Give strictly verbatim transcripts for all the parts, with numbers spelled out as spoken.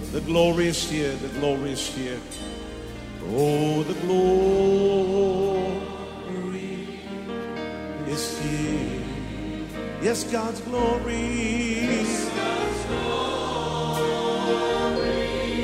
The glory is here. The glory is here. Oh, the glory is here. Yes, God's glory. Yes, God's glory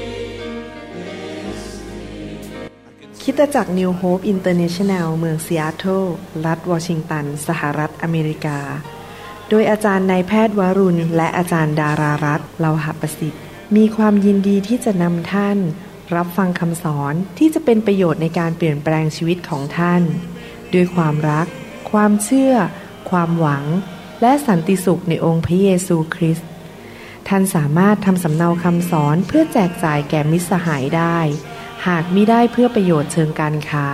is here. คริสตจักร New Hope International เมืองซีแอตเทิลรัฐวอชิงตันสหรัฐอเมริกาโดยอาจารย์นายแพทย์วรุณและอาจารย์ดารารัตน์เลาหประสิทธิ์มีความยินดีที่จะนำท่านรับฟังคำสอนที่จะเป็นประโยชน์ในการเปลี่ยนแปลงชีวิตของท่านด้วยความรักความเชื่อความหวังและสันติสุขในองค์พระเยซูคริสต์ท่านสามารถทำสำเนาคำสอนเพื่อแจกจ่ายแก่มิตรสหายได้หากมิได้เพื่อประโยชน์เชิงการค้า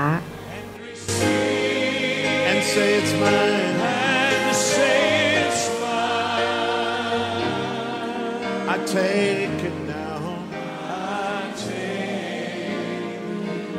And say it's mine. And say it's mine. I take it now. I take it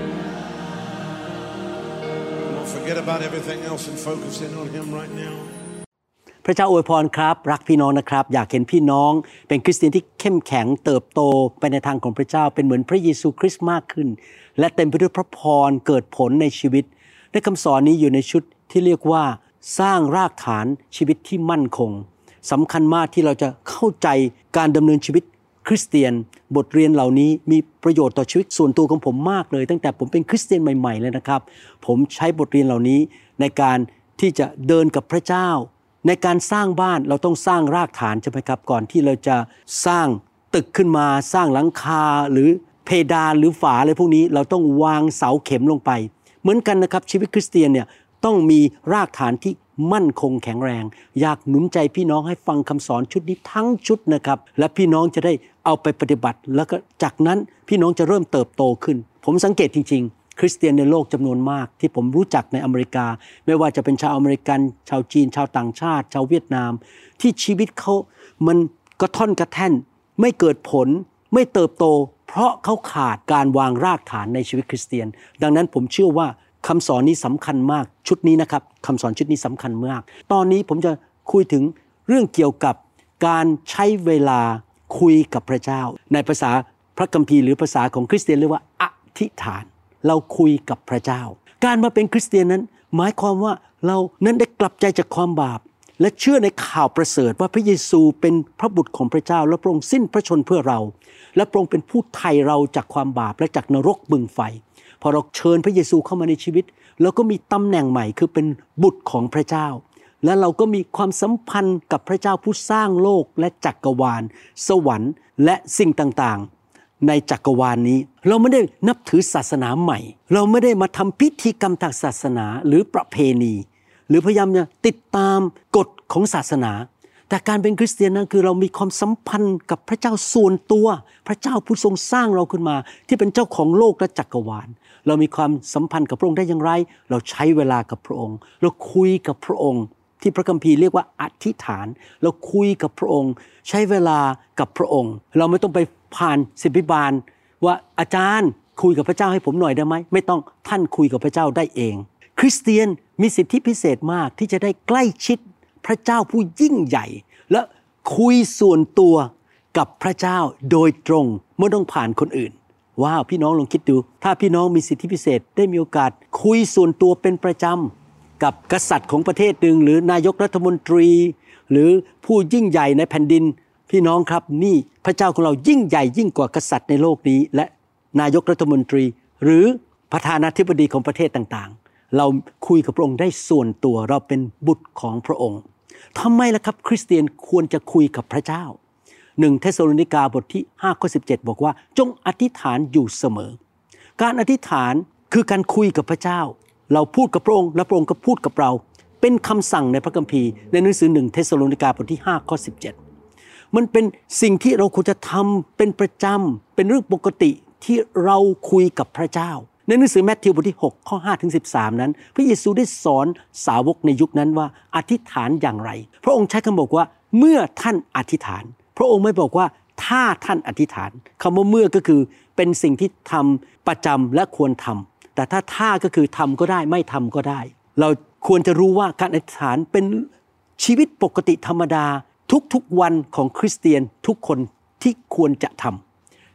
now. Don't forget about everything else and focus in on Him right now. พระเจ้าอวยพรครับรักพี่น้องนะครับอยากเห็นพี่น้องเป็นคริสเตียนที่เข้มแข็งเติบโตไปในทางของพระเจ้าเป็นเหมือนพระเยซูคริสต์มากขึ้นและเต็มไปด้วยพระพรเกิดผลในชีวิตในคำสอนนี้อยู่ในชุดที่เรียกว่าสร้างรากฐานชีวิตที่มั่นคงสำคัญมากที่เราจะเข้าใจการดำเนินชีวิตคริสเตียนบทเรียนเหล่านี้มีประโยชน์ต่อชีวิตส่วนตัวของผมมากเลยตั้งแต่ผมเป็นคริสเตียนใหม่ๆเลยนะครับผมใช้บทเรียนเหล่านี้ในการที่จะเดินกับพระเจ้าในการสร้างบ้านเราต้องสร้างรากฐานใช่ไหมครับก่อนที่เราจะสร้างตึกขึ้นมาสร้างหลังคาหรือเพดานหรือฝาอะไรพวกนี้เราต้องวางเสาเข็มลงไปเหมือนกันนะครับชีวิตคริสเตียนเนี่ยต้องมีรากฐานที่มั่นคงแข็งแรงอยากหนุนใจพี่น้องให้ฟังคำสอนชุดนี้ทั้งชุดนะครับและพี่น้องจะได้เอาไปปฏิบัติแล้วก็จากนั้นพี่น้องจะเริ่มเติบโตขึ้นผมสังเกตจริงๆคริสเตียนในโลกจำนวนมากที่ผมรู้จักในอเมริกาไม่ว่าจะเป็นชาวอเมริกันชาวจีนชาวต่างชาติชาวเวียดนามที่ชีวิตเขามันกระท่อนกระแท่นไม่เกิดผลไม่เติบโตเพราะเขาขาดการวางรากฐานในชีวิตคริสเตียนดังนั้นผมเชื่อว่าคำสอนนี้สำคัญมากชุดนี้นะครับคำสอนชุดนี้สำคัญมากตอนนี้ผมจะคุยถึงเรื่องเกี่ยวกับการใช้เวลาคุยกับพระเจ้าในภาษาพระคัมภีร์หรือภาษาของคริสเตียนเรียกว่าอธิษฐานเราคุยกับพระเจ้าการมาเป็นคริสเตียนนั้นหมายความว่าเรานั้นได้กลับใจจากความบาปและเชื่อในข่าวประเสริฐว่าพระเยซูเป็นพระบุตรของพระเจ้าและพระองค์สิ้นพระชนเพื่อเราและพระองค์เป็นผู้ไถ่เราจากความบาปและจากนรกบึงไฟพอเราเชิญพระเยซูเข้ามาในชีวิตเราก็มีตำแหน่งใหม่คือเป็นบุตรของพระเจ้าและเราก็มีความสัมพันธ์กับพระเจ้าผู้สร้างโลกและจักรวาลสวรรค์และสิ่งต่างๆในจักรวาล น, นี้เราไม่ได้นับถือศาสนาใหม่เราไม่ได้มาทำพิธีกรรมทางศาสนาหรือประเพณีหรือพยายามจะติดตามกฎของศาสนาแต่การเป็นคริสเตียนนั้นคือเรามีความสัมพันธ์กับพระเจ้าส่วนตัวพระเจ้าผู้ทรงสร้างเราขึ้นมาที่เป็นเจ้าของโลกและจักรวาลเรามีความสัมพันธ์กับพระองค์ได้อย่างไรเราใช้เวลากับพระองค์เราคุยกับพระองค์ที่พระคัมภีร์เรียกว่าอธิษฐานเราคุยกับพระองค์ใช้เวลากับพระองค์เราไม่ต้องไปผ่านศิบิบาลว่าอาจารย์คุยกับพระเจ้าให้ผมหน่อยได้ไหมไม่ต้องท่านคุยกับพระเจ้าได้เองคริสเตียนมีสิทธิพิเศษมากที่จะได้ใกล้ชิดพระเจ้าผู้ยิ่งใหญ่และคุยส่วนตัวกับพระเจ้าโดยตรงไม่ต้องผ่านคนอื่นว้าวพี่น้องลองคิดดูถ้าพี่น้องมีสิทธิพิเศษได้มีโอกาสคุยส่วนตัวเป็นประจำกับกษัตริย์ของประเทศหนึ่งหรือนายกรัฐมนตรีหรือผู้ยิ่งใหญ่ในแผ่นดินพี่น้องครับนี่พระเจ้าของเรายิ่งใหญ่ยิ่งกว่ากษัตริย์ในโลกนี้และนายกรัฐมนตรีหรือประธานาธิบดีของประเทศต่างๆเราคุยกับพระองค์ได้ส่วนตัวเราเป็นบุตรของพระองค์ทำไมล่ะครับคริสเตียนควรจะคุยกับพระเจ้าหนึ่งเธสสาโลนิกาบทที่ห้าข้อสิบเจ็ดบอกว่าจงอธิษฐานอยู่เสมอการอธิษฐานคือการคุยกับพระเจ้าเราพูดกับพระองค์และพระองค์ก็พูดกับเราเป็นคำสั่งในพระคัมภีร์ในหนังสือหนึ่งเธสสาโลนิกาบทที่ห้าข้อสิบเจ็ดมันเป็นสิ่งที่เราควรจะทำเป็นประจำเป็นเรื่องปกติที่เราคุยกับพระเจ้าในหนังสือมัทธิวบทที่หกข้อห้าถึงสิบสามนั้นพระเยซูได้สอนสาวกในยุคนั้นว่าอธิษฐานอย่างไรพระองค์ใช้คำบอกว่าเมื่อท่านอธิษฐานพระองค์ไม่บอกว่าถ้าท่านอธิษฐานคำว่าเมื่อก็คือเป็นสิ่งที่ทำประจำและควรทำแต่ถ้าถ้าก็คือทำก็ได้ไม่ทำก็ได้เราควรจะรู้ว่าการอธิษฐานเป็นชีวิตปกติธรรมดาทุกๆวันของคริสเตียนทุกคนที่ควรจะทำ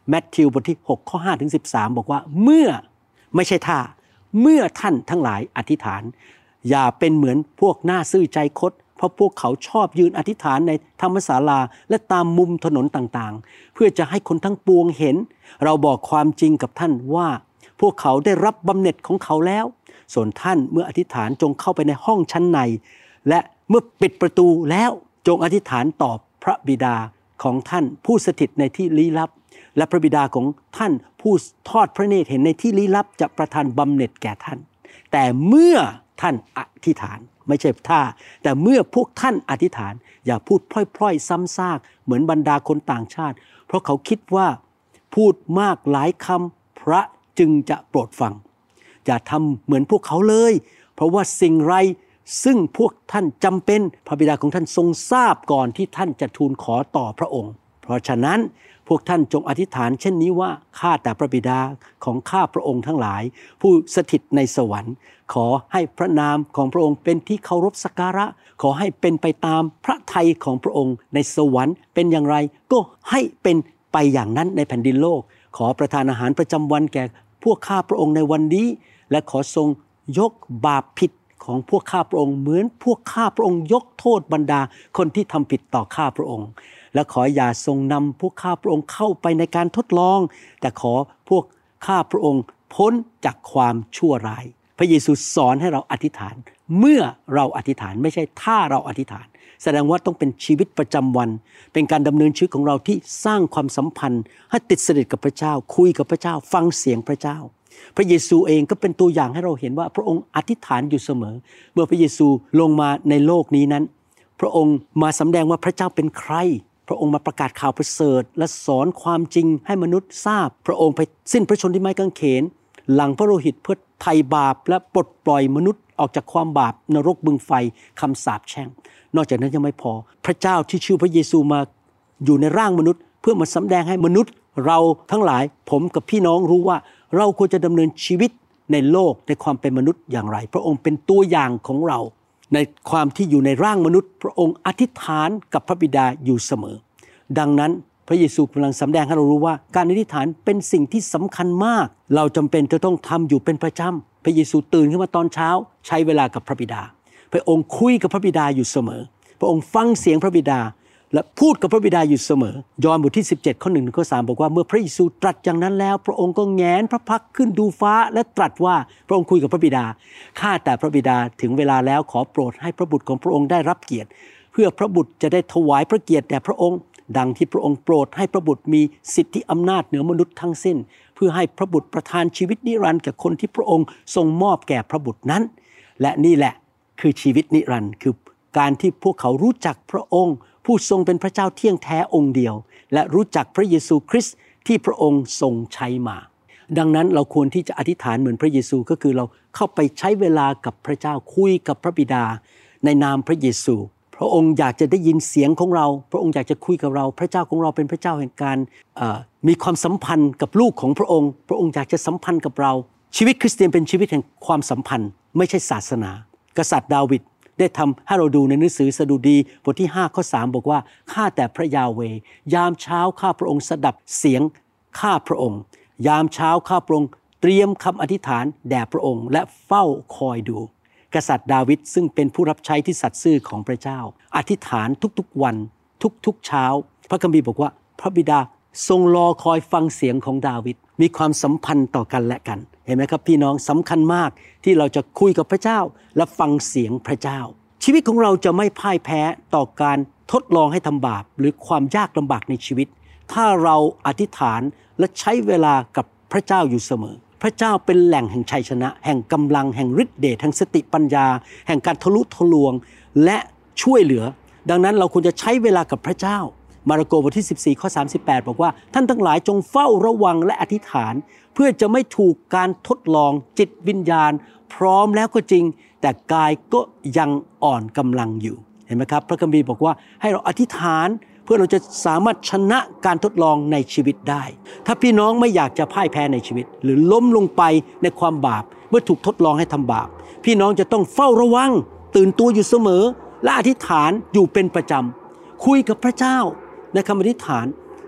แมทธิวบทที่หกข้อห้าถึงสิบสามบอกว่าเมื่อไม่ใช่ถ้าเมื่อท่านทั้งหลายอธิษฐานอย่าเป็นเหมือนพวกหน้าซื่อใจคดเพราะพวกเขาชอบยืนอธิษฐานในธรรมศาลาและตามมุมถนนต่างๆเพื่อจะให้คนทั้งปวงเห็นเราบอกความจริงกับท่านว่าพวกเขาได้รับบำเหน็จของเขาแล้วส่วนท่านเมื่ออธิษฐานจงเข้าไปในห้องชั้นในและเมื่อปิดประตูแล้วจงอธิษฐานต่อพระบิดาของท่านผู้สถิตในที่ลี้ลับและพระบิดาของท่านผู้ทอดพระเนตรเห็นในที่ลี้ลับจะประทานบำเหน็จแก่ท่านแต่เมื่อท่านอธิษฐานไม่ใช่ถ้าแต่เมื่อพวกท่านอธิษฐานอย่าพูดพล่อยๆซ้ำซากเหมือนบรรดาคนต่างชาติเพราะเขาคิดว่าพูดมากหลายคำพระจึงจะโปรดฟังอย่าทำเหมือนพวกเขาเลยเพราะว่าสิ่งไรซึ่งพวกท่านจำเป็นพระบิดาของท่านทรงทราบก่อนที่ท่านจะทูลขอต่อพระองค์เพราะฉะนั้นพวกท่านจงอธิษฐานเช่นนี้ว่าข้าแต่พระบิดาของข้าพระองค์ทั้งหลายผู้สถิตในสวรรค์ขอให้พระนามของพระองค์เป็นที่เคารพสักการะขอให้เป็นไปตามพระทัยของพระองค์ในสวรรค์เป็นอย่างไรก็ให้เป็นไปอย่างนั้นในแผ่นดินโลกขอประทานอาหารประจำวันแก่พวกข้าพระองค์ในวันนี้และขอทรงยกบาปผิดของพวกข้าพระองค์เหมือนพวกข้าพระองค์ยกโทษบรรดาคนที่ทำผิดต่อข้าพระองค์และขออย่าทรงนำพวกข้าพระองค์เข้าไปในการทดลองแต่ขอพวกข้าพระองค์พ้นจากความชั่วร้ายพระเยซูสอนให้เราอธิษฐานเมื่อเราอธิษฐานไม่ใช่ถ้าเราอธิษฐานแสดงว่าต้องเป็นชีวิตประจำวันเป็นการดำเนินชีวิตของเราที่สร้างความสัมพันธ์ให้ติดสนิทกับพระเจ้าคุยกับพระเจ้าฟังเสียงพระเจ้าพระเยซูเองก็เป็นตัวอย่างให้เราเห็นว่าพระองค์อธิษฐานอยู่เสมอเมื่อพระเยซูลงมาในโลกนี้นั้นพระองค์มาสำแดงว่าพระเจ้าเป็นใครพระองค์มาประกาศข่าวประเสริฐและสอนความจริงให้มนุษย์ทราบพระองค์ไปสิ้นพระชนม์ที่ไม้กางเขนหลังพระโลหิตเพื่อไถ่บาปและปลดปล่อยมนุษย์ออกจากความบาปนรกบึงไฟคำสาปแช่งนอกจากนั้นยังไม่พอพระเจ้าที่ชื่อพระเยซูมาอยู่ในร่างมนุษย์เพื่อมาสำแดงให้มนุษย์เราทั้งหลายผมกับพี่น้องรู้ว่าเราควรจะดำเนินชีวิตในโลกในความเป็นมนุษย์อย่างไรพระองค์เป็นตัวอย่างของเราในความที่อยู่ในร่างมนุษย์พระองค์อธิษฐานกับพระบิดาอยู่เสมอดังนั้นพระเยซูกำลังสำแดงให้เรารู้ว่าการอธิษฐานเป็นสิ่งที่สำคัญมากเราจำเป็นจะต้องทำอยู่เป็นประจำพระเยซูตื่นขึ้นมาตอนเช้าใช้เวลากับพระบิดาพระองค์คุยกับพระบิดาอยู่เสมอพระองค์ฟังเสียงพระบิดาและพูดกับพระบิดาอยู่เสมอยอห์นบทที่สิบเจ็ดข้อหนึ่งถึงข้อสามบอกว่าเมื่อพระเยซูตรัสอย่างนั้นแล้วพระองค์ก็แงนพระพักขึ้นดูฟ้าและตรัสว่าพระองค์คุยกับพระบิดาข้าแต่พระบิดาถึงเวลาแล้วขอโปรดให้พระบุตรของพระองค์ได้รับเกียรติเพื่อพระบุตรจะได้ถวายพระเกียรติแด่พระองค์ดังที่พระองค์โปรดให้พระบุตรมีสิทธิอำนาจเหนือมนุษย์ทั้งสิ้นเพื่อให้พระบุตรประทานชีวิตนิรันดร์แก่คนที่พระองค์ทรงมอบแก่พระบุตรนั้นและนี่แหละคือชีวิตนิรันดร์คือการที่พวกเขารู้จักพระองค์ผู้ทรงเป็นพระเจ้าเที่ยงแท้องค์เดียวและรู้จักพระเยซูคริสต์ที่พระองค์ทรงใช้มาดังนั้นเราควรที่จะอธิษฐานเหมือนพระเยซูก็คือเราเข้าไปใช้เวลากับพระเจ้าคุยกับพระบิดาในนามพระเยซูพระองค์อยากจะได้ยินเสียงของเราพระองค์อยากจะคุยกับเราพระเจ้าของเราเป็นพระเจ้าแห่งการมีความสัมพันธ์กับลูกของพระองค์พระองค์อยากจะสัมพันธ์กับเราชีวิตคริสเตียนเป็นชีวิตแห่งความสัมพันธ์ไม่ใช่ศาสนากษัตริย์ดาวิดได้ทำให้เราดูในหนังสือสดุดีบทที่ห้าข้อสามบอกว่าข้าแต่พระยาเวห์ยามเช้าข้าพระองค์สดับเสียงข้าพระองค์ยามเช้าข้าพระองค์เตรียมคำอธิษฐานแด่พระองค์และเฝ้าคอยดูกษัตริย์ดาวิดซึ่งเป็นผู้รับใช้ที่สัตย์ซื่อของพระเจ้าอธิษฐานทุกๆวันทุกๆเช้าพระคัมภีร์บอกว่าพระบิดาทรงรอคอยฟังเสียงของดาวิดมีความสัมพันธ์ต่อกันและกันเห็นไหมครับพี่น้องสำคัญมากที่เราจะคุยกับพระเจ้าและฟังเสียงพระเจ้าชีวิตของเราจะไม่พ่ายแพ้ต่อการทดลองให้ทำบาปหรือความยากลำบากในชีวิตถ้าเราอธิษฐานและใช้เวลากับพระเจ้าอยู่เสมอพระเจ้าเป็นแหล่งแห่งชัยชนะแห่งกำลังแห่งฤทธิ์เดชแห่งสติปัญญาแห่งการทะลุทะลวงและช่วยเหลือดังนั้นเราควรจะใช้เวลากับพระเจ้ามาระโกบทที่สิบสี่ข้อสามสิบแปดบอกว่าท่านทั้งหลายจงเฝ้าระวังและอธิษฐานเพื่อจะไม่ถูกการทดลองจิตวิญญาณพร้อมแล้วก็จริงแต่กายก็ยังอ่อนกำลังอยู่เห็นไหมครับพระคัมภีร์บอกว่าให้เราอธิษฐานเพื่อเราจะสามารถชนะการทดลองในชีวิตได้ถ้าพี่น้องไม่อยากจะพ่ายแพ้ในชีวิตหรือล้มลงไปในความบาปเมื่อถูกทดลองให้ทำบาปพี่น้องจะต้องเฝ้าระวังตื่นตัวอยู่เสมอและอธิษฐานอยู่เป็นประจำคุยกับพระเจ้าในคำอธิษฐาน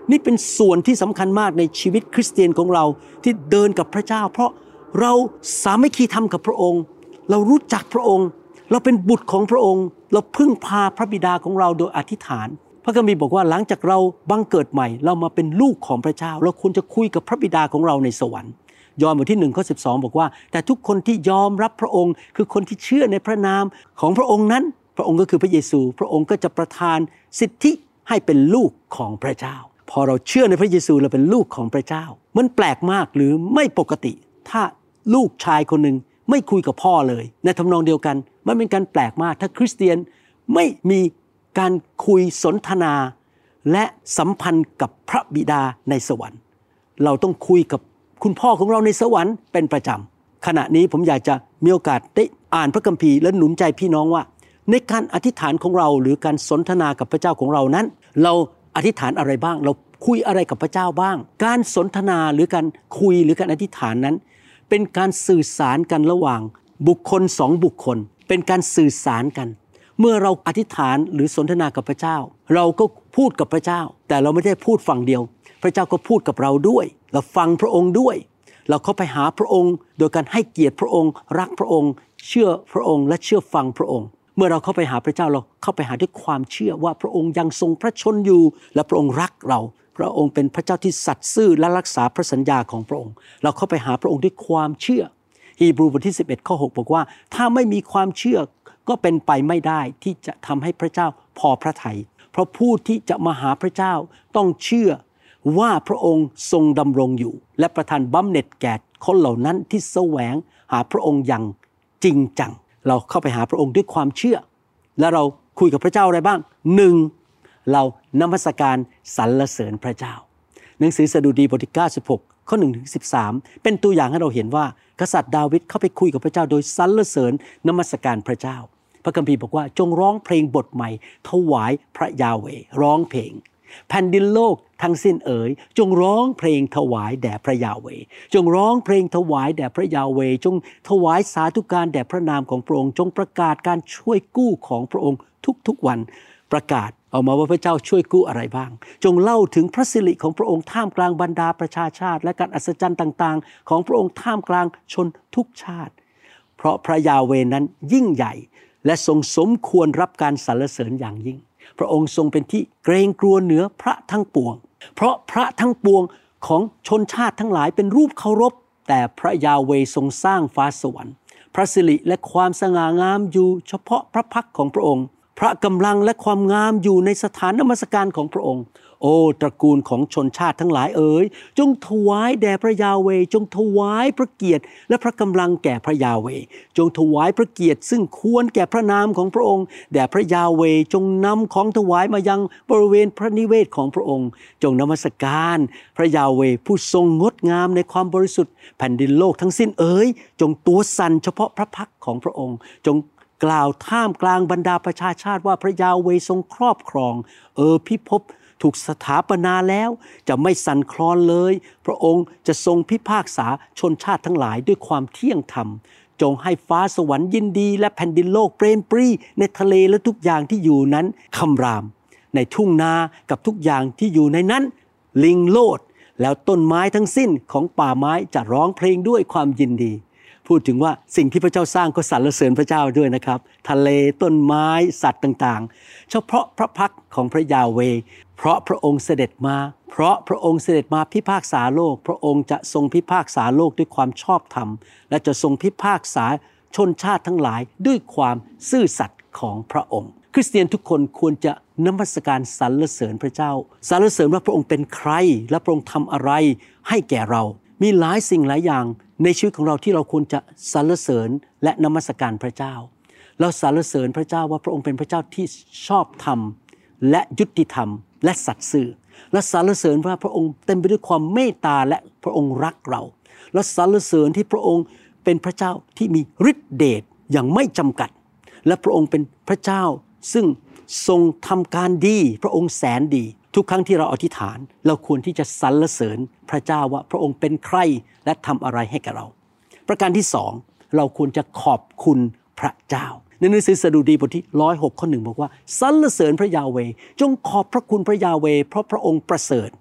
นี่เป็นส่วนที่สำคัญมากในชีวิตคริสเตียนของเราที่เดินกับพระเจ้าเพราะเราสามัคคีธรรมกับพระองค์เรารู้จักพระองค์เราเป็นบุตรของพระองค์เราพึ่งพาพระบิดาของเราโดยอธิษฐานพระคัมภีร์บอกว่าหลังจากเราบังเกิดใหม่เรามาเป็นลูกของพระเจ้าเราควรจะคุยกับพระบิดาของเราในสวรรค์ยอห์นบทที่หนึ่งข้อสิบสองบอกว่าแต่ทุกคนที่ยอมรับพระองค์คือคนที่เชื่อในพระนามของพระองค์นั้นพระองค์ก็คือพระเยซูพระองค์ก็จะประทานสิทธิให้เป็นลูกของพระเจ้าพอเราเชื่อในพระเยซูเราเป็นลูกของพระเจ้ามันแปลกมากหรือไม่ปกติถ้าลูกชายคนหนึ่งไม่คุยกับพ่อเลยในทำนองเดียวกันมันเป็นการแปลกมากถ้าคริสเตียนไม่มีการคุยสนทนาและสัมพันธ์กับพระบิดาในสวรรค์เราต้องคุยกับคุณพ่อของเราในสวรรค์เป็นประจำขณะนี้ผมอยากจะมีโอกาสได้อ่านพระคัมภีร์และหนุนใจพี่น้องว่าในการอธิษฐานของเราหรือการสนทนากับพระเจ้าของเรานั้นเราอธิษฐานอะไรบ้างเราคุยอะไรกับพระเจ้าบ้างการสนทนาหรือการคุยหรือการอธิษฐานนั้นเป็นการสื่อสารกันระหว่างบุคคลสองบุคคลเป็นการสื่อสารกันเมื่อเราอธิษฐานหรือสนทนากับพระเจ้าเราก็พูดกับพระเจ้าแต่เราไม่ได้พูดฝั่งเดียวพระเจ้าก็พูดกับเราด้วยเราฟังพระองค์ด้วยเราเข้าไปหาพระองค์โดยการให้เกียรติพระองค์รักพระองค์เชื่อพระองค์และเชื่อฟังพระองค์เมื่อเราเข้าไปหาพระเจ้าเราเข้าไปหาด้วยความเชื่อว่าพระองค์ยังทรงพระชนอยู่และพระองค์รักเราพระองค์เป็นพระเจ้าที่สัตย์ซื่อและรักษาพระสัญญาของพระองค์เราเข้าไปหาพระองค์ด้วยความเชื่อฮีบรูบทที่สิบเอ็ดข้อหกบอกว่าถ้าไม่มีความเชื่อก็เป็นไปไม่ได้ที่จะทำให้พระเจ้าพอพระทัยเพราะผู้ที่จะมาหาพระเจ้าต้องเชื่อว่าพระองค์ทรงดำรงอยู่และประทานบำเหน็จแก่คนเหล่านั้นที่แสวงหาพระองค์อย่างจริงจังเราเข้าไปหาพระองค์ด้วยความเชื่อและเราคุยกับพระเจ้าอะไรบ้างหนึ่งเรานมัสการสรรเสริญพระเจ้าหนังสือสดุดีบทที่เก้าสิบหกข้อหนึ่งถึงสิบสามเป็นตัวอย่างให้เราเห็นว่ากษัตริย์ดาวิดเข้าไปคุยกับพระเจ้าโดยสรรเสริญนมัสการพระเจ้าพระคัมภีร์บอกว่าจงร้องเพลงบทใหม่ถวายพระยาเวห์ร้องเพลงแผ่นดินโลกทั้งสิ้นเอ๋ยจงร้องเพลงถวายแด่พระยาเวห์จงร้องเพลงถวายแด่พระยาเวห์จงถวายสาธุการแด่พระนามของพระองค์จงประกาศการช่วยกู้ของพระองค์ทุกๆวันประกาศออกมาว่าพระเจ้าช่วยกู้อะไรบ้างจงเล่าถึงพระสิริของพระองค์ท่ามกลางบรรดาประชาชาติและการอัศจรรย์ต่างๆของพระองค์ท่ามกลางชนทุกชาติเพราะพระยาเวห์นั้นยิ่งใหญ่และทรงสมควรรับการสรรเสริญอย่างยิ่งพระองค์ทรงเป็นที่เกรงกลัวเหนือพระทั้งปวงเพราะพระทั้งปวงของชนชาติทั้งหลายเป็นรูปเคารพแต่พระยาเวห์ทรงสร้างฟ้าสวรรค์พระสิริและความสง่างามอยู่เฉพาะพระพักของพระองค์พระกำลังและความงามอยู่ในสถานนมัสการของพระองค์โอ้ตระกูลของชนชาติทั้งหลายเอ๋ยจงถวายแด่พระยาเวห์จงถวายพระเกียรติและพระกำลังแก่พระยาเวห์จงถวายพระเกียรติซึ่งควรแก่พระนามของพระองค์แด่พระยาเวห์จงนำของถวายมายังบริเวณพระนิเวศของพระองค์จงนมัสการพระยาเวห์ผู้ทรงงดงามในความบริสุทธิ์แผ่นดินโลกทั้งสิ้นเอ๋ยจงตัวสั่นเฉพาะพระพักของพระองค์จงกล่าวท่ามกลางบรรดาประชาชาติว่าพระยาเวห์ทรงครอบครองเออพิภพถูกสถาปนาแล้วจะไม่สั่นคลอนเลยพระองค์จะทรงพิพากษาชนชาติทั้งหลายด้วยความเที่ยงธรรมจงให้ฟ้าสวรรค์ยินดีและแผ่นดินโลกเปรมปรีในทะเลและทุกอย่างที่อยู่นั้นคำรามในทุ่งนากับทุกอย่างที่อยู่ในนั้นลิงโลดแล้วต้นไม้ทั้งสิ้นของป่าไม้จะร้องเพลงด้วยความยินดีพูดถึงว่าสิ่งที่พระเจ้าสร้างก็สรรเสริญพระเจ้าด้วยนะครับทะเลต้นไม้สัตว์ต่างๆเฉพาะพระพักของพระยาเวห์เพราะพระองค์เสด็จมาเพราะพระองค์เสด็จมาพิพากษาโลกพระองค์จะทรงพิพากษาโลกด้วยความชอบธรรมและจะทรงพิพากษาชนชาติทั้งหลายด้วยความซื่อสัตย์ของพระองค์คริสเตียนทุกคนควรจะนมัสการสรรเสริญพระเจ้าสรรเสริญว่าพระองค์เป็นใครและพระองค์ทำอะไรให้แก่เรามีหลายสิ่งหลายอย่างในชีวิตของเราที่เราควรจะสรรเสริญและนมัสการพระเจ้าเราสรรเสริญพระเจ้าว่าพระองค์เป็นพระเจ้าที่ชอบธรรมและยุติธรรมและสัตย์ซื่อและสรรเสริญว่าพระองค์เต็มไปด้วยความเมตตาและพระองค์รักเราและสรรเสริญที่พระองค์เป็นพระเจ้าที่มีฤทธิเดชอย่างไม่จำกัดและพระองค์เป็นพระเจ้าซึ่งทรงทำการดีพระองค์แสนดีทุกครั้งที่เราอธิษฐานเราควรที่จะสรรเสริญพระเจ้าว่าพระองค์เป็นใครและทำอะไรให้กับเราประการที่สองเราควรจะขอบคุณพระเจ้าในหนังสือสดุดีบทที่หนึ่งร้อยหกข้อหนึ่งบอกว่าสรรเสริญพระยาเวห์จงขอบพระคุณพระยาเวห์เพราะพระองค์ประเสริฐ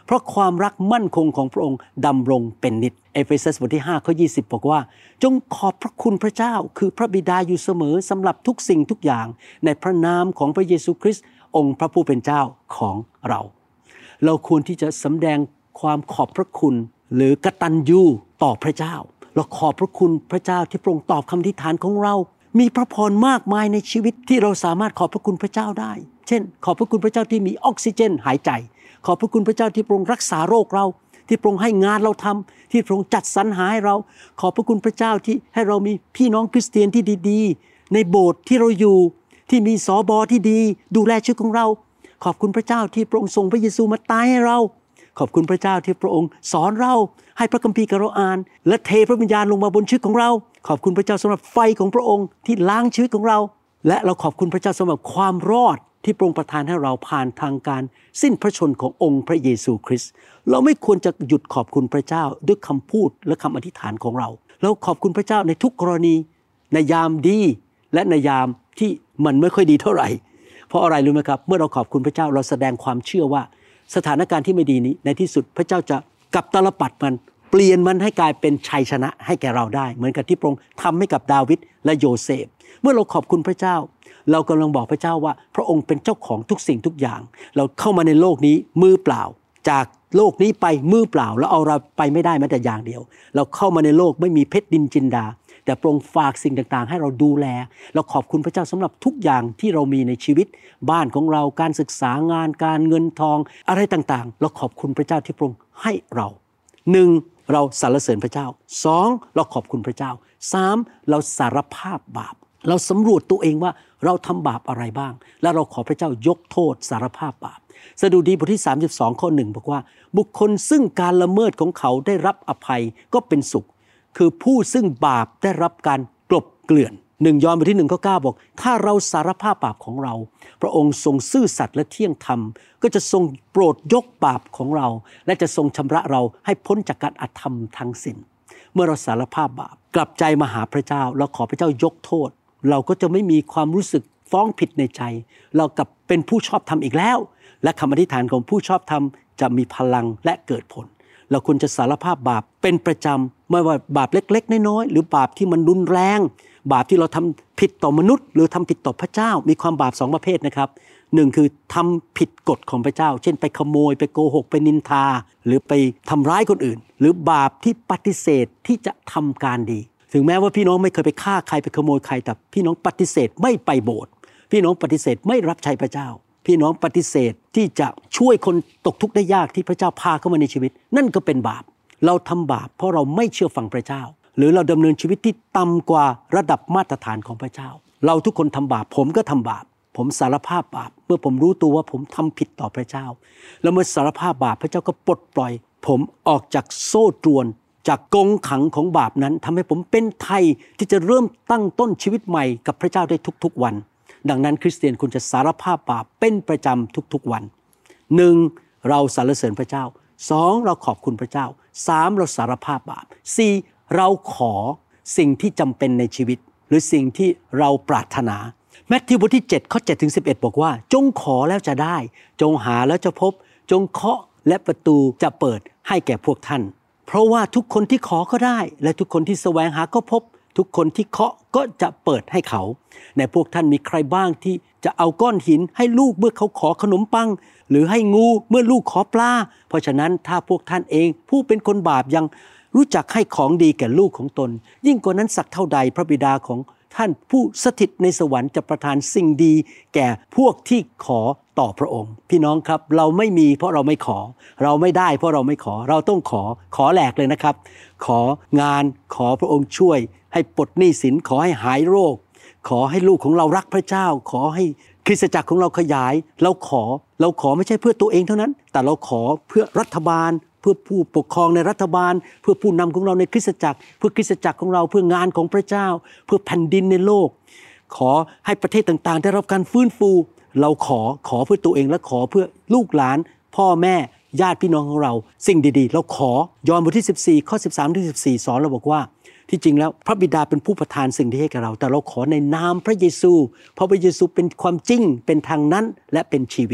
เพราะความรักมั่นคงของพระองค์ดำรงเป็นนิจเอเฟซัสบทที่ห้าข้อยี่สิบบอกว่าจงขอบพระคุณพระเจ้าคือพระบิดาอยู่เสมอสำหรับทุกสิ่งทุกอย่างในพระนามของพระเยซูคริสต์องค์พระผู้เป็นเจ้าของเราเราควรที่จะสำแดงความขอบพระคุณหรือกตัญญูต่อพระเจ้าเราขอบพระคุณพระเจ้าที่พระองค์ตอบคำอธิษฐานของเรามีพระพรมากมายในชีวิตที่เราสามารถขอบพระคุณพระเจ้าได้เช่นขอบพระคุณพระเจ้าที่มีออกซิเจนหายใจขอบพระคุณพระเจ้าที่พระองค์รักษาโรคเราที่พระองค์ให้งานเราทำที่พระองค์จัดสรรหาให้เราขอบพระคุณพระเจ้าที่ให้เรามีพี่น้องคริสเตียนที่ดีๆในโบสถ์ที่เราอยู่ที่มีสบที่ดีดูแลชีวิตของเราขอบคุณพระเจ้าที่พระองค์ส่งพระเยซูมาตายให้เราขอบคุณพระเจ้าที่พระองค์สอนเราให้พระคัมภีร์กับเราอ่านและเทพระวิญญาณลงมาบนชีวิตของเราขอบคุณพระเจ้าสำหรับไฟของพระองค์ที่ล้างชีวิตของเราและเราขอบคุณพระเจ้าสำหรับความรอดที่พระองค์ประทานให้เราผ่านทางการสิ้นพระชนขององค์พระเยซูคริสต์เราไม่ควรจะหยุดขอบคุณพระเจ้าด้วยคำพูดและคำอธิษฐานของเราเราขอบคุณพระเจ้าในทุกกรณีในยามดีและในยามที่มันไม่ค่อยดีเท่าไหร่เพราะอะไรรู้ไหมครับเมื่อเราขอบคุณพระเจ้าเราแสดงความเชื่อว่าสถานการณ์ที่ไม่ดีนี้ในที่สุดพระเจ้าจะกลับตาลปัดมันเปลี่ยนมันให้กลายเป็นชัยชนะให้แก่เราได้เหมือนกับที่พระองค์ทำให้กับดาวิดและโยเซฟเมื่อเราขอบคุณพระเจ้าเรากำลังบอกพระเจ้าว่าพระองค์เป็นเจ้าของทุกสิ่งทุกอย่างเราเข้ามาในโลกนี้มือเปล่าจากโลกนี้ไปมือเปล่าแล้วเอาเราไปไม่ได้แม้แต่อย่างเดียวเราเข้ามาในโลกไม่มีเพชรดินจินดาแต่พระองค์ฝากสิ่งต่างๆให้เราดูแลเราขอบคุณพระเจ้าสำหรับทุกอย่างที่เรามีในชีวิตบ้านของเราการศึกษางานการเงินทองอะไรต่างๆเราขอบคุณพระเจ้าที่พระองค์ให้เราหนึ่งเราสรรเสริญพระเจ้าสองเราขอบคุณพระเจ้าสามเราสารภาพบาปเราสำรวจตัวเองว่าเราทำบาปอะไรบ้างและเราขอพระเจ้ายกโทษสารภาพบาปสดุดีบทที่สามสิบสองข้อหนึ่งบอกว่าบุคคลซึ่งการละเมิดของเขาได้รับอภัยก็เป็นสุขคือผู้ซึ่งบาปได้รับการกลบเกลื่อนหนึ่งยอห์นบทที่หนึ่งข้อเก้าบอกถ้าเราสารภาพบาปของเราพระองค์ทรงซื่อสัตย์และเที่ยงธรรมก็จะทรงโปรดยกบาปของเราและจะทรงชำระเราให้พ้นจากการอธรรมทั้งสิ้นเมื่อเราสารภาพบาปกลับใจมาหาพระเจ้าเราขอพระเจ้ายกโทษเราก็จะไม่มีความรู้สึกฟ้องผิดในใจเรากลับเป็นผู้ชอบธรรมอีกแล้วและคำอธิษฐานของผู้ชอบธรรมจะมีพลังและเกิดผลเราควรจะสารภาพบาปเป็นประจำไม่ว่าบาปเล็กๆน้อยๆหรือบาปที่มันรุนแรงบาปที่เราทำผิดต่อมนุษย์หรือทำผิดต่อพระเจ้ามีความบาปสองประเภทนะครับหนึ่งคือทำผิดกฎของพระเจ้าเช่นไปขโมยไปโกหกไปนินทาหรือไปทำร้ายคนอื่นหรือบาปที่ปฏิเสธที่จะทำการดีถึงแม้ว่าพี่น้องไม่เคยไปฆ่าใครไปขโมยใครแต่พี่น้องปฏิเสธไม่ไปโบสถ์พี่น้องปฏิเสธไม่รับใช้พระเจ้าพี่น้องปฏิเสธที่จะช่วยคนตกทุกข์ได้ยากที่พระเจ้าพาเข้ามาในชีวิตนั่นก็เป็นบาปเราทำบาปเพราะเราไม่เชื่อฟังพระเจ้าหรือเราดำเนินชีวิตที่ต่ำกว่าระดับมาตรฐานของพระเจ้าเราทุกคนทำบาปผมก็ทำบาปผมสารภาพบาปเมื่อผมรู้ตัวว่าผมทำผิดต่อพระเจ้าแล้วเมื่อสารภาพบาปพระเจ้าก็ปลดปล่อยผมออกจากโซ่ตรวนจากกรงขังของบาปนั้นทำให้ผมเป็นไทยที่จะเริ่มตั้งต้นชีวิตใหม่กับพระเจ้าได้ทุกๆวันดังนั้นคริสเตียนควรจะสารภาพบาปเป็นประจำทุกๆวันหนึ่งเราสรรเสริญพระเจ้าสองเราขอบคุณพระเจ้าสามเราสารภาพบาปสี่เราขอสิ่งที่จำเป็นในชีวิตหรือสิ่งที่เราปรารถนาแมทธิวบทที่เจ็ดข้อเจ็ดถึงสิบเอ็ดบอกว่าจงขอแล้วจะได้จงหาแล้วจะพบจงเคาะและประตูจะเปิดให้แก่พวกท่านเพราะว่าทุกคนที่ขอก็ได้และทุกคนที่แสวงหาก็พบทุกคนที่เคาะก็จะเปิดให้เขาในพวกท่านมีใครบ้างที่จะเอาก้อนหินให้ลูกเมื่อเขาขอขนมปังหรือให้งูเมื่อลูกขอปลาเพราะฉะนั้นถ้าพวกท่านเองผู้เป็นคนบาปยังรู้จักให้ของดีแก่ลูกของตนยิ่งกว่านั้นสักเท่าใดพระบิดาของท่านผู้สถิตในสวรรค์จะประทานสิ่งดีแก่พวกที่ขอต่อพระองค์พี่น้องครับเราไม่มีเพราะเราไม่ขอเราไม่ได้เพราะเราไม่ขอเราต้องขอขอแหลกเลยนะครับของานขอพระองค์ช่วยให้ปลดหนี้สินขอให้หายโรคขอให้ลูกของเรารักพระเจ้าขอให้คริสตจักรของเราขยายเราขอเราขอไม่ใช่เพื่อตัวเองเท่านั้นแต่เราขอเพื่อรัฐบาลเพื่อผู้ปกครองในรัฐบาลเพื่อผู้นำของเราในคริสตจักรเพื่อคริสตจักรของเราเพื่องานของพระเจ้าเพื่อแผ่นดินในโลกขอให้ประเทศต่างๆได้รับการฟื้นฟูเราขอขอเพื่อตัวเองและขอเพื่อลูกหลานพ่อแม่ญาติพี่น้องของเราสิ่งดีๆเราขอยอห์นบทที่สิบสี่ข้อสิบสามถึงสิบสี่สอนเราบอกว่าที่จริงแล้วพระบิดาเป็นผู้ประทานสิ่งที่ให้กับเราแต่เราขอในนามพระเยซูเพราะพระเยซูเป็นความจริงเป็นทางนั้นและเป็นชีวิต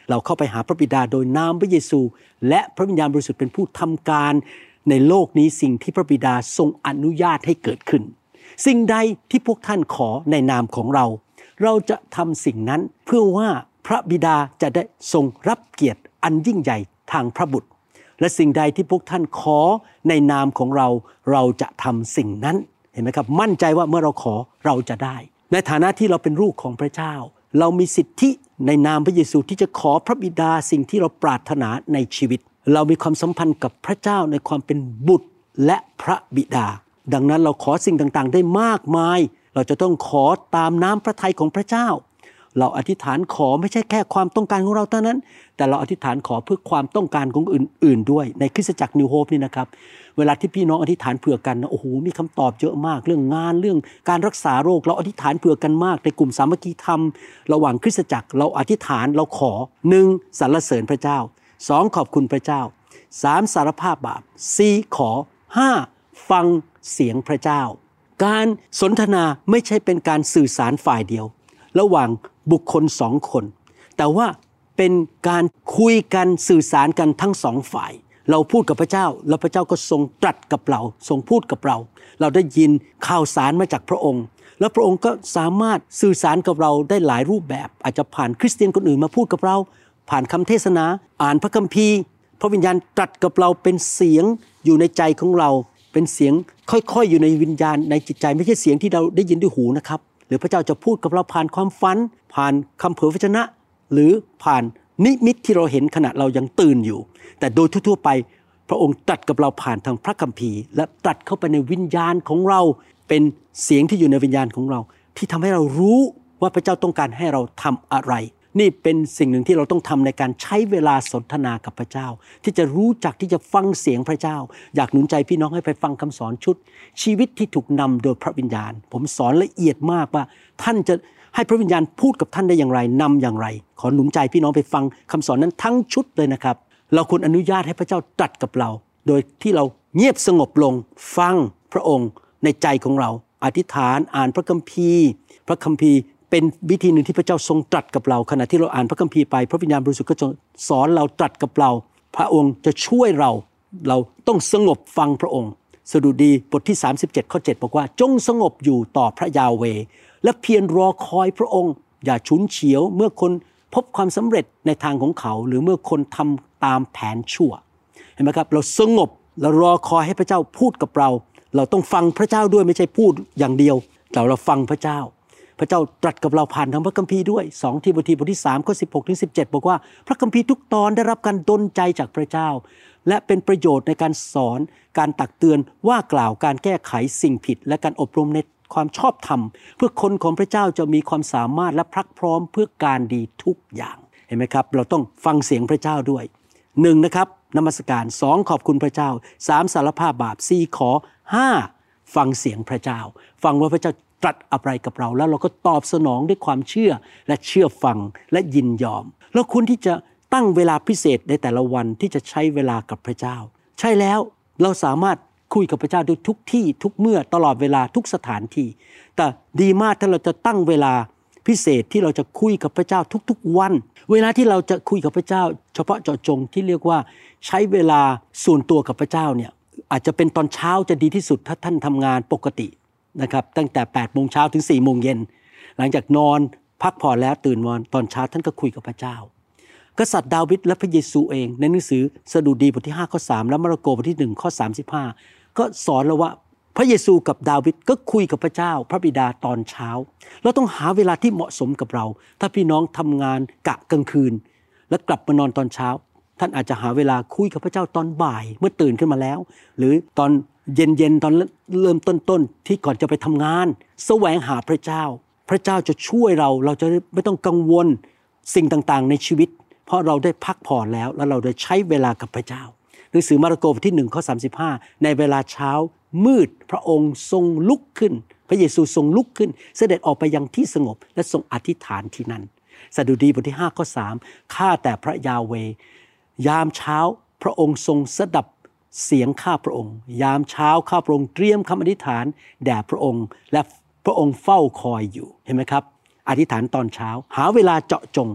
เราเข้าไปหาพระบิดาโดยนามพระเยซูและพระวิญญาณบริสุทธิ์เป็นผู้ทำการในโลกนี้สิ่งที่พระบิดาทรงอนุญาตให้เกิดขึ้นสิ่งใดที่พวกท่านขอในนามของเราเราจะทำสิ่งนั้นเพื่อว่าพระบิดาจะได้ทรงรับเกียรติอันยิ่งใหญ่ทางพระบุตรและสิ่งใดที่พวกท่านขอในนามของเราเราจะทำสิ่งนั้นเห็นไหมครับมั่นใจว่าเมื่อเราขอเราจะได้ในฐานะที่เราเป็นลูกของพระเจ้าเรามีสิทธิในนามพระเยซูที่จะขอพระบิดาสิ่งที่เราปรารถนาในชีวิตเรามีความสัมพันธ์กับพระเจ้าในความเป็นบุตรและพระบิดาดังนั้นเราขอสิ่งต่างๆได้มากมายเราจะต้องขอตามน้ำพระทัยของพระเจ้าเราอธิษฐานขอไม่ใช่แค่ความต้องการของเราเท่านั้นแต่เราอธิษฐานขอเพื่อความต้องการของอื่นๆด้วยในคริสตจักร New Hope นี่นะครับเวลาที่พี่น้องอธิษฐานเผื่อกันนะโอ้โหมีคำตอบเยอะมากเรื่องงานเรื่องการรักษาโรคเราอธิษฐานเผื่อกันมากในกลุ่มสามัคคีธรรมระหว่างคริสตจักรเราอธิษฐานเราขอหนึ่งสรรเสริญพระเจ้าสองขอบคุณพระเจ้าสามสารภาพบาปสี่ขอห้าฟังเสียงพระเจ้าการสนทนาไม่ใช่เป็นการสื่อสารฝ่ายเดียวระหว่างบุคคลสองคนแต่ว่าเป็นการคุยกันสื่อสารกันทั้งสองฝ่ายเราพูดกับพระเจ้าแล้วพระเจ้าก็ทรงตรัสกับเราทรงพูดกับเราเราได้ยินข่าวสารมาจากพระองค์แล้วพระองค์ก็สามารถสื่อสารกับเราได้หลายรูปแบบอาจจะผ่านคริสเตียนคนอื่นมาพูดกับเราผ่านคำเทศนาอ่านพระคัมภีร์พระวิญญาณตรัสกับเราเป็นเสียงอยู่ในใจของเราเป็นเสียงค่อยๆอยู่ในวิญญาณในจิตใจไม่ใช่เสียงที่เราได้ยินด้วยหูนะครับหรือพระเจ้าจะพูดกับเราผ่านความฝันผ่านคำเผยพระชนะหรือผ่านนิมิตที่เราเห็นขณะเรายังตื่นอยู่แต่โดยทั่วๆไปพระองค์ตรัสกับเราผ่านทางพระคัมภีร์และตรัสเข้าไปในวิญญาณของเราเป็นเสียงที่อยู่ในวิญญาณของเราที่ทำให้เรารู้ว่าพระเจ้าต้องการให้เราทำอะไรนี่เป็นสิ่งหนึ่งที่เราต้องทำในการใช้เวลาสนทนากับพระเจ้าที่จะรู้จักที่จะฟังเสียงพระเจ้าอยากหนุนใจพี่น้องให้ไปฟังคำสอนชุดชีวิตที่ถูกนำโดยพระวิญญาณผมสอนละเอียดมากว่าท่านจะให้พระวิญญาณพูดกับท่านได้อย่างไรนำอย่างไรขอหนุนใจพี่น้องไปฟังคำสอนนั้นทั้งชุดเลยนะครับเราควรอนุญาตให้พระเจ้าตรัสกับเราโดยที่เราเงียบสงบลงฟังพระองค์ในใจของเราอธิษฐานอ่านพระคัมภีร์พระคัมภีร์เป็นวิธีหนึ่งที่พระเจ้าทรงตรัสกับเราขณะที่เราอ่านพระคัมภีร์ไปพระวิญญาณบริสุทธิ์ก็จะสอนเราตรัสกับเราพระองค์จะช่วยเราเราต้องสงบฟังพระองค์สดุดีบทที่สามสิบเจ็ดข้อเจ็ดบอกว่าจงสงบอยู่ต่อพระยาห์เวห์และเพียรรอคอยพระองค์อย่าฉุนเฉียวเมื่อคนพบความสำเร็จในทางของเขาหรือเมื่อคนทำตามแผนชั่วเห็นไหมครับเราสงบเรารอคอยให้พระเจ้าพูดกับเราเราต้องฟังพระเจ้าด้วยไม่ใช่พูดอย่างเดียวแต่เราฟังพระเจ้าพระเจ้าตรัสกับเราผ่านทางพระคัมภีร์ด้วยสองทิโมธีบทที่สามข้อสิบหกถึงสิบเจ็ดบอกว่าพระคัมภีร์ทุกตอนได้รับการดลใจจากพระเจ้าและเป็นประโยชน์ในการสอนการตักเตือนว่ากล่าวการแก้ไขสิ่งผิดและการอบรมในความชอบธรรมเพื่อคนของพระเจ้าจะมีความสามารถและพรักพร้อมเพื่อการดีทุกอย่างเห็นไหมครับเราต้องฟังเสียงพระเจ้าด้วยหนึ่งนะครับนมัสการสองขอบคุณพระเจ้าสามสารภาพบาปสี่ขอห้าฟังเสียงพระเจ้าฟังว่าพระเจ้าตรัสอะไรกับเราแล้วเราก็ตอบสนองด้วยความเชื่อและเชื่อฟังและยินยอมเราควรที่จะตั้งเวลาพิเศษในแต่ละวันที่จะใช้เวลากับพระเจ้าใช่แล้วเราสามารถคุยกับพระเจ้าได้ทุกที่ทุกเมื่อตลอดเวลาทุกสถานที่แต่ดีมากถ้าเราจะตั้งเวลาพิเศษที่เราจะคุยกับพระเจ้าทุกๆวันเวลาที่เราจะคุยกับพระเจ้าเฉพาะเจาะจงที่เรียกว่าใช้เวลาส่วนตัวกับพระเจ้าเนี่ยอาจจะเป็นตอนเช้าจะดีที่สุดถ้าท่านทำงานปกตินะครับตั้งแต่แปดโมงเช้าถึงสี่โมงเย็นหลังจากนอนพักผ่อนแล้วตื่นมาตอนเช้าท่านก็คุยกับพระเจ้ากษัตริย์ดาวิดและพระเยซูเองในหนังสือสดุดีบทที่ห้าข้อสามและมาระโกบทที่หนึ่งข้อสามสิบห้าก็สอนเราว่าพระเยซูกับดาวิดก็คุยกับพระเจ้าพระบิดาตอนเช้าเราต้องหาเวลาที่เหมาะสมกับเราถ้าพี่น้องทำงานกะกลางคืนแล้วกลับมานอนตอนเช้าท่านอาจจะหาเวลาคุยกับพระเจ้าตอนบ่ายเมื่อตื่นขึ้นมาแล้วหรือตอนเย็นๆตอนเริ่มต้นๆที่ก่อนจะไปทำงานแสวงหาพระเจ้าพระเจ้าจะช่วยเราเราจะไม่ต้องกังวลสิ่งต่างๆในชีวิตเพราะเราได้พักผ่อนแล้วแล้วเราได้ใช้เวลากับพระเจ้าหนังสือมาระโกบทที่หนึ่งข้อสามสิบห้าในเวลาเช้ามืดพระองค์ทรงลุกขึ้นพระเยซูทรงลุกขึ้นเสด็จออกไปยังที่สงบและทรงอธิษฐานที่นั่นสดุดีบทที่ห้าข้อสามข้าแต่พระยาห์เวห์ยามเช้าพระองค์ทรงสดับเสียงข้าพระองค์ยามเช้าข้าพระองค์เตรียมคำอธิษฐานแด่พระองค์และพระองค์เฝ้าคอยอยู่เห็นไหมครับอธิษฐานตอนเช้าหาเวลาเจาะจง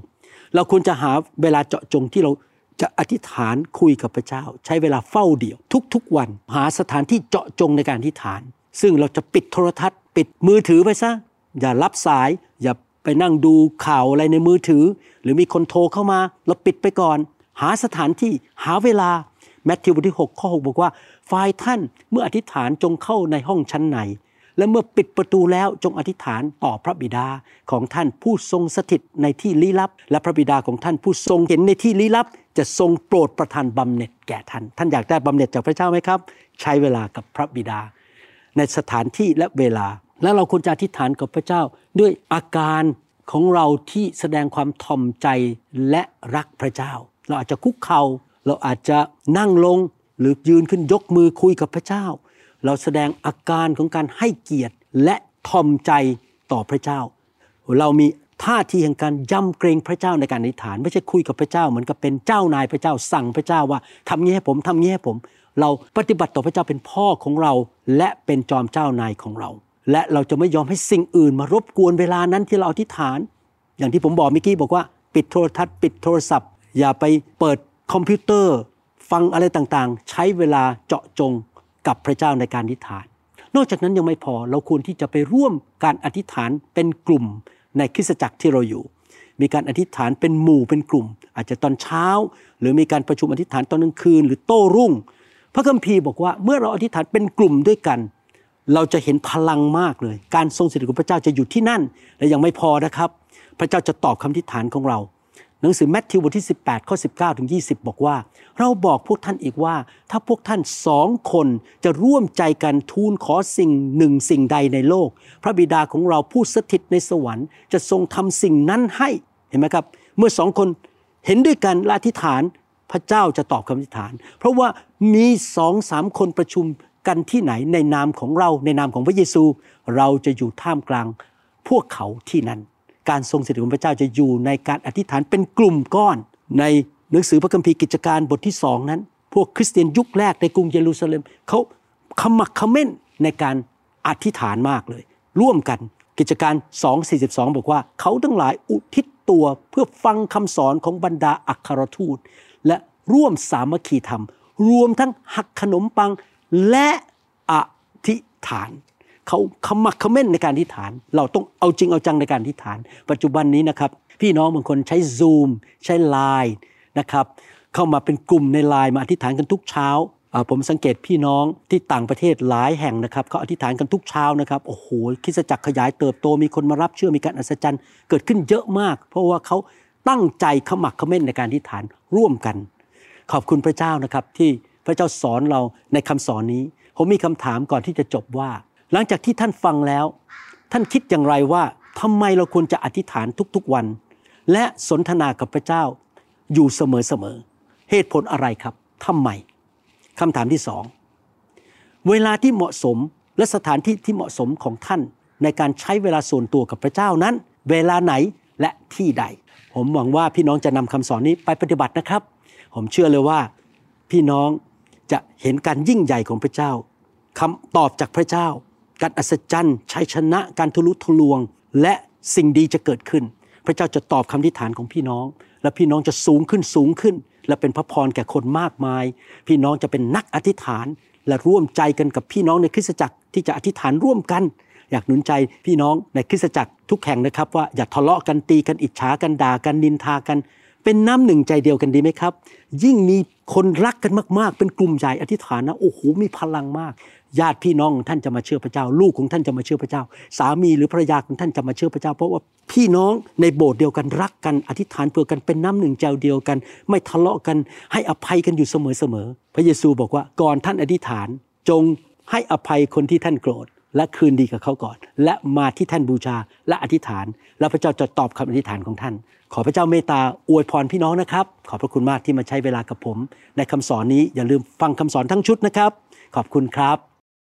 เราควรจะหาเวลาเจาะจงที่เราจะอธิษฐานคุยกับพระเจ้าใช้เวลาเฝ้าเดี่ยวทุกๆวันหาสถานที่เจาะจงในการอธิษฐานซึ่งเราจะปิดโทรทัศน์ปิดมือถือไปซะอย่ารับสายอย่าไปนั่งดูข่าวอะไรในมือถือหรือมีคนโทรเข้ามาเราปิดไปก่อนหาสถานที่หาเวลาแมทธิวบทที่หกข้อหกบอกว่าฝ่ายท่านเมื่ออธิษฐานจงเข้าในห้องชั้นในและเมื่อปิดประตูแล้วจงอธิษฐานต่อพระบิดาของท่านผู้ทรงสถิตในที่ลี้ลับและพระบิดาของท่านผู้ทรงเห็นในที่ลี้ลับจะทรงโปรดประทานบำเหน็จแก่ท่านท่านอยากได้บำเหน็จจากพระเจ้าไหมครับใช้เวลากับพระบิดาในสถานที่และเวลาและเราควรจะอธิษฐานกับพระเจ้าด้วยอาการของเราที่แสดงความถ่อมใจและรักพระเจ้าเราอาจจะคุกเข่าเราอาจจะนั่งลงหรือยืนขึ้นยกมือคุยกับพระเจ้าเราแสดงอาการของการให้เกียรติและถ่อมใจต่อพระเจ้าเรามีท่าทีแห่งการยำเกรงพระเจ้าในการอธิษฐานไม่ใช่คุยกับพระเจ้าเหมือนกับเป็นเจ้านายพระเจ้าสั่งพระเจ้าว่าทำงี้ให้ผมทำงี้ให้ผมเราปฏิบัติต่อพระเจ้าเป็นพ่อของเราและเป็นจอมเจ้านายของเราและเราจะไม่ยอมให้สิ่งอื่นมารบกวนเวลานั้นที่เราอธิษฐานอย่างที่ผมบอกเมื่อกี้บอกว่าปิดโทรทัศน์ปิดโทรศัพท์อย่าไปเปิดคอมพิวเตอร์ฟังอะไรต่างๆใช้เวลาเจาะจงกับพระเจ้าในการอธิษฐานนอกจากนั้นยังไม่พอเราควรที่จะไปร่วมการอธิษฐานเป็นกลุ่มในคริสตจักรที่เราอยู่มีการอธิษฐานเป็นหมู่เป็นกลุ่มอาจจะตอนเช้าหรือมีการประชุมอธิษฐานตอนกลางคืนหรือโต้รุ่งพระคัมภีร์บอกว่าเมื่อเราอธิษฐานเป็นกลุ่มด้วยกันเราจะเห็นพลังมากเลยการทรงสถิตของพระเจ้าจะอยู่ที่นั่นและยังไม่พอนะครับพระเจ้าจะตอบคำอธิษฐานของเราหนังสือแมทธิวบทที่สิบแปดข้อสิบเก้าถึงยี่สิบบอกว่าเราบอกพวกท่านอีกว่าถ้าพวกท่านสองคนจะร่วมใจกันทูลขอสิ่งหนึ่งสิ่งใดในโลกพระบิดาของเราผู้สถิตในสวรรค์จะทรงทำสิ่งนั้นให้เห็นไหมครับเมื่อสองคนเห็นด้วยกันและอธิษฐานพระเจ้าจะตอบคำอธิษฐานเพราะว่ามีสองสามคนประชุมกันที่ไหนในนามของเราในนามของพระเยซูเราจะอยู่ท่ามกลางพวกเขาที่นั้นการทรงสถิตของพระเจ้าจะอยู่ในการอธิษฐานเป็นกลุ่มก้อนในหนังสือพระคัมภีร์กิจการบทที่สองนั้นพวกคริสเตียนยุคแรกในกรุงเยรูซาเล็มเขาขมักเขม้นในการอธิษฐานมากเลยร่วมกันกิจการ สองสี่สอง บอกว่าเขาทั้งหลายอุทิศตัวเพื่อฟังคำสอนของบรรดาอัครทูตและร่วมสามัคคีธรรมรวมทั้งหักขนมปังและอธิษฐานเขาขมักเขม้นในการอธิษฐานเราต้องเอาจริงเอาจังในการอธิษฐานปัจจุบันนี้นะครับพี่น้องบางคนใช้ Zoom ใช้ ไลน์ นะครับเข้ามาเป็นกลุ่มใน ไลน์ มาอธิษฐานกันทุกเช้าผมสังเกตพี่น้องที่ต่างประเทศหลายแห่งนะครับเขาอธิษฐานกันทุกเช้านะครับโอ้โหคริสตจักรขยายเติบโตมีคนมารับเชื่อมีการอัศจรรย์เกิดขึ้นเยอะมากเพราะว่าเขาตั้งใจขมักเขม้นในการอธิษฐานร่วมกันขอบคุณพระเจ้านะครับที่พระเจ้าสอนเราในคำสอนนี้ผมมีคำถามก่อนที่จะจบว่าหลังจากที่ท่านฟังแล้วท่านคิดอย่างไรว่าทำไมเราควรจะอธิษฐานทุกๆวันและสนทนากับพระเจ้าอยู่เสมอๆเหตุผลอะไรครับทำไมคำถามที่สองเวลาที่เหมาะสมและสถานที่ที่เหมาะสมของท่านในการใช้เวลาส่วนตัวกับพระเจ้านั้นเวลาไหนและที่ใดผมหวังว่าพี่น้องจะนำคำสอนนี้ไปปฏิบัตินะครับผมเชื่อเลยว่าพี่น้องจะเห็นการยิ่งใหญ่ของพระเจ้าคำตอบจากพระเจ้าการอัศจรรย์ชัยชนะการทะลุทะลวงและสิ่งดีจะเกิดขึ้นพระเจ้าจะตอบคำอธิษฐานของพี่น้องและพี่น้องจะสูงขึ้นสูงขึ้นและเป็นพระพรแก่คนมากมายพี่น้องจะเป็นนักอธิษฐานและร่วมใจกันกับพี่น้องในคริสตจักรที่จะอธิษฐานร่วมกันอยากหนุนใจพี่น้องในคริสตจักรทุกแห่งนะครับว่าอย่าทะเลาะกันตีกันอิจฉากันด่ากันนินทากันเป็นน้ำหนึ่งใจเดียวกันดีไหมครับยิ่งมีคนรักกันมากๆเป็นกลุ่มใหญ่อธิษฐานนะโอ้โหมีพลังมากญาติพี่น้องของท่านจะมาเชื่อพระเจ้าลูกของท่านจะมาเชื่อพระเจ้าสามีหรือภรรยาของท่านจะมาเชื่อพระเจ้าเพราะว่าพี่น้องในโบสถ์เดียวกันรักกันอธิษฐานเพื่อกันเป็นน้ำหนึ่งใจเดียวกันไม่ทะเลาะกันให้อภัยกันอยู่เสมอๆพระเยซูบอกว่าก่อนท่านอธิษฐานจงให้อภัยคนที่ท่านโกรธและคืนดีกับเขาก่อนและมาที่ท่านบูชาและอธิษฐานแล้วพระเจ้าจะตอบคำอธิษฐานของท่านขอพระเจ้าเมตตาอวยพรพี่น้องนะครับขอบพระคุณมากที่มาใช้เวลากับผมในคำสอนนี้อย่าลืมฟังคำสอนทั้งชุดนะครับขอบคุณครับ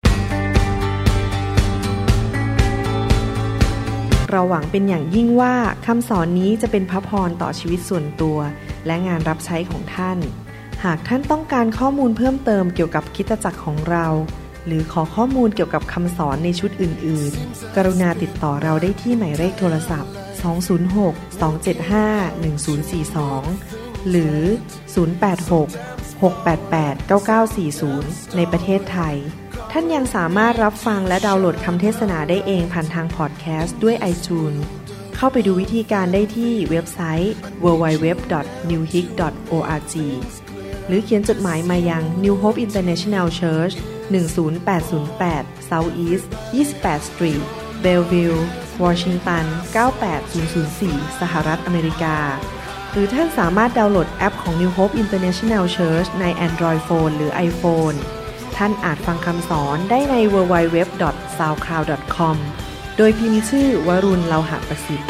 เราหวังเป็นอย่างยิ่งว่าคำสอนนี้จะเป็นพระพรต่อชีวิตส่วนตัวและงานรับใช้ของท่านหากท่านต้องการข้อมูลเพิ่มเติมเกี่ยวกับคริสตจักรของเราหรือขอข้อมูลเกี่ยวกับคำสอนในชุดอื่นๆกรุณาติดต่อเราได้ที่หมายเลขโทรศัพท์สอง ศูนย์ หก สอง เจ็ด ห้า หนึ่ง ศูนย์ สี่ สอง หรือ ศูนย์ แปด หก หก แปด แปด เก้า เก้า สี่ ศูนย์ ในประเทศไทยท่านยังสามารถรับฟังและดาวน์โหลดคำเทศนาได้เองผ่านทางพอดแคสต์ด้วย iTunes เข้าไปดูวิธีการได้ที่เว็บไซต์ ดับเบิลยู ดับเบิลยู ดับเบิลยู ดอท นิว โฮป ดอท ออร์ก หรือเขียนจดหมายมายัง New Hope International Church หนึ่ง ศูนย์ แปด ศูนย์ แปด South East ยี่สิบแปด Street Bellevue Washington เก้า แปด ศูนย์ ศูนย์ สี่ สหรัฐอเมริกาหรือท่านสามารถดาวน์โหลดแอปของ New Hope International Church ใน Android Phone หรือ iPhone ท่านอาจฟังคำสอนได้ใน ดับเบิลยู ดับเบิลยู ดับเบิลยู ดอท ซาวด์คลาวด์ ดอท คอม โดยพิมพ์ชื่อวรุณ เลาหะประสิทธิ์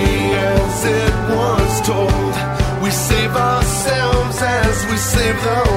Save the